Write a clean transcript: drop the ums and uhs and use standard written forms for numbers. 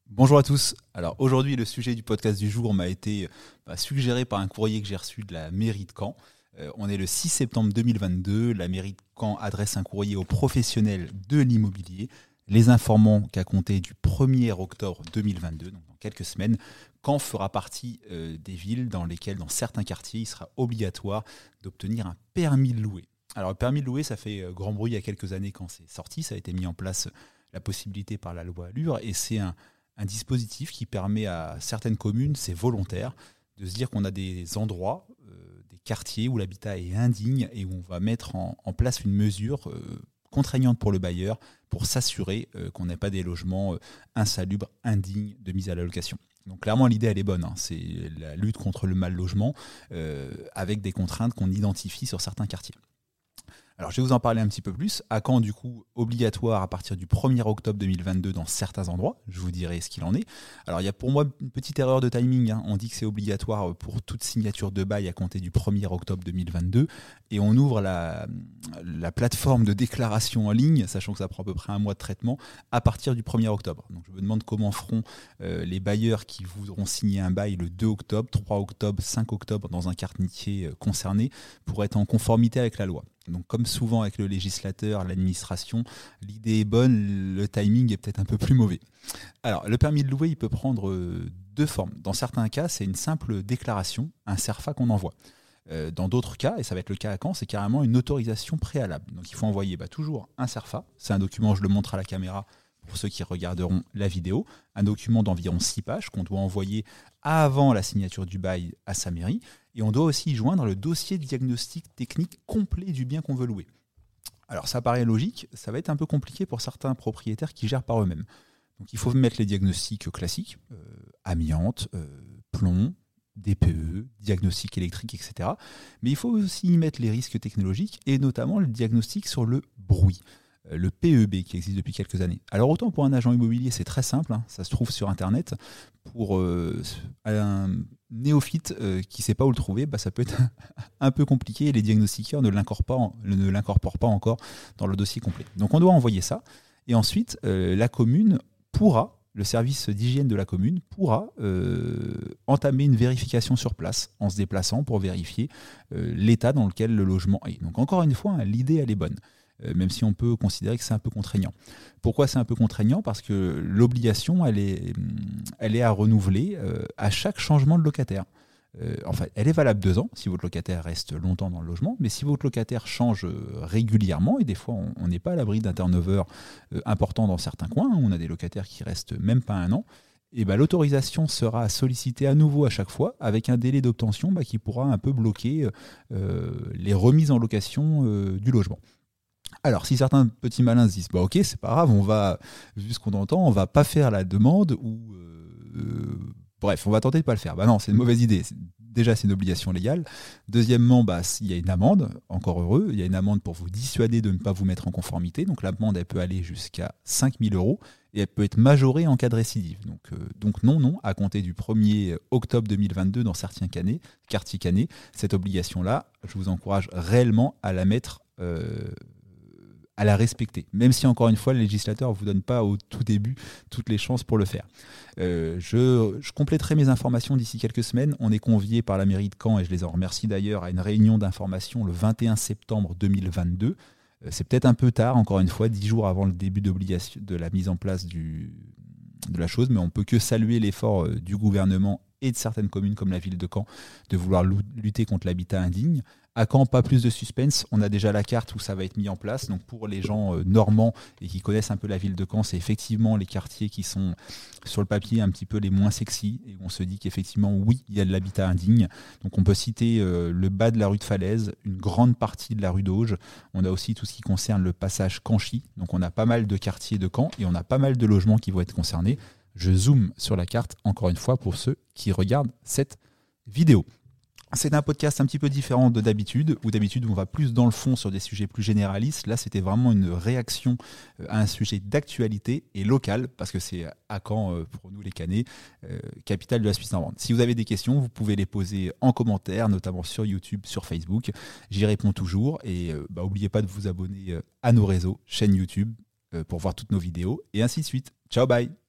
Bonjour à tous. Alors aujourd'hui, le sujet du podcast du jour m'a été suggéré par un courrier que j'ai reçu de la mairie de Caen. On est le 6 septembre 2022. La mairie de Caen adresse un courrier aux professionnels de l'immobilier, les informant qu'à compter du 1er octobre 2022, donc dans quelques semaines, Caen fera partie des villes dans lesquelles, dans certains quartiers, il sera obligatoire d'obtenir un permis de louer. Alors le permis de louer, ça fait grand bruit il y a quelques années quand c'est sorti. Ça a été mis en place la possibilité par la loi Allure et c'est un dispositif qui permet à certaines communes, c'est volontaire, de se dire qu'on a des endroits, des quartiers où l'habitat est indigne et où on va mettre en place une mesure contraignante pour le bailleur pour s'assurer qu'on n'ait pas des logements insalubres, indignes de mise à la location. Donc clairement, l'idée, elle est bonne. C'est la lutte contre le mal logement avec des contraintes qu'on identifie sur certains quartiers. Alors, je vais vous en parler un petit peu plus. À Caen, du coup, obligatoire à partir du 1er octobre 2022 dans certains endroits. Je vous dirai ce qu'il en est. Alors, il y a pour moi une petite erreur de timing. On dit que c'est obligatoire pour toute signature de bail à compter du 1er octobre 2022. Et on ouvre la plateforme de déclaration en ligne, sachant que ça prend à peu près un mois de traitement, à partir du 1er octobre. Donc, je me demande comment feront les bailleurs qui voudront signer un bail le 2 octobre, 3 octobre, 5 octobre dans un quartier concerné pour être en conformité avec la loi. Donc comme souvent avec le législateur, l'administration, l'idée est bonne, le timing est peut-être un peu plus mauvais. Alors le permis de louer, il peut prendre deux formes. Dans certains cas, c'est une simple déclaration, un CERFA qu'on envoie. Dans d'autres cas, et ça va être le cas à Caen, c'est carrément une autorisation préalable. Donc il faut envoyer toujours un CERFA, c'est un document, je le montre à la caméra pour ceux qui regarderont la vidéo, un document d'environ 6 pages qu'on doit envoyer avant la signature du bail à sa mairie. Et on doit aussi y joindre le dossier de diagnostic technique complet du bien qu'on veut louer. Alors ça paraît logique, ça va être un peu compliqué pour certains propriétaires qui gèrent par eux-mêmes. Donc il faut mettre les diagnostics classiques, amiante, plomb, DPE, diagnostic électrique, etc. Mais il faut aussi y mettre les risques technologiques et notamment le diagnostic sur le bruit. Le PEB qui existe depuis quelques années. Alors autant pour un agent immobilier, c'est très simple, ça se trouve sur Internet. Pour un néophyte qui ne sait pas où le trouver, ça peut être un peu compliqué et les diagnostiqueurs ne l'incorporent pas encore dans le dossier complet. Donc on doit envoyer ça. Et ensuite, la commune pourra, le service d'hygiène de la commune pourra entamer une vérification sur place en se déplaçant pour vérifier l'état dans lequel le logement est. Donc encore une fois, l'idée, elle est bonne. Même si on peut considérer que c'est un peu contraignant. Pourquoi c'est un peu contraignant ? Parce que l'obligation, elle est à renouveler à chaque changement de locataire. Elle est valable 2 ans si votre locataire reste longtemps dans le logement, mais si votre locataire change régulièrement, et des fois on n'est pas à l'abri d'un turnover important dans certains coins, on a des locataires qui restent même pas 1 an, et l'autorisation sera sollicitée à nouveau à chaque fois avec un délai d'obtention qui pourra un peu bloquer les remises en location du logement. Alors, si certains petits malins se disent ok, c'est pas grave, vu ce qu'on entend, on va pas faire la demande ou bref, on va tenter de pas le faire. Non, c'est une mauvaise idée. Déjà, c'est une obligation légale. Deuxièmement, il y a une amende, encore heureux, il y a une amende pour vous dissuader de ne pas vous mettre en conformité. Donc l'amende, elle peut aller jusqu'à 5 000 € et elle peut être majorée en cas de récidive. Donc non, à compter du 1er octobre 2022 dans certains quartiers cannés, cette obligation-là, je vous encourage réellement à la mettre à la respecter, même si encore une fois le législateur ne vous donne pas au tout début toutes les chances pour le faire. Je compléterai mes informations d'ici quelques semaines. On est convié par la mairie de Caen, et je les en remercie d'ailleurs, à une réunion d'information le 21 septembre 2022. C'est peut-être un peu tard, encore une fois, 10 jours avant le début de la mise en place de la chose, mais on ne peut que saluer l'effort du gouvernement et de certaines communes comme la ville de Caen de vouloir lutter contre l'habitat indigne. À Caen, pas plus de suspense, on a déjà la carte où ça va être mis en place. Donc pour les gens normands et qui connaissent un peu la ville de Caen, c'est effectivement les quartiers qui sont sur le papier un petit peu les moins sexy. Et on se dit qu'effectivement, oui, il y a de l'habitat indigne. Donc on peut citer le bas de la rue de Falaise, une grande partie de la rue d'Auge. On a aussi tout ce qui concerne le passage Canchy. Donc on a pas mal de quartiers de Caen et on a pas mal de logements qui vont être concernés. Je zoome sur la carte, encore une fois, pour ceux qui regardent cette vidéo. C'est un podcast un petit peu différent de d'habitude, où d'habitude on va plus dans le fond sur des sujets plus généralistes. Là, c'était vraiment une réaction à un sujet d'actualité et local, parce que c'est à Caen, pour nous les Cannais, capitale de la Suisse normande. Si vous avez des questions, vous pouvez les poser en commentaire, notamment sur YouTube, sur Facebook. J'y réponds toujours. Et n'oubliez pas de vous abonner à nos réseaux, chaîne YouTube, pour voir toutes nos vidéos, et ainsi de suite. Ciao, bye!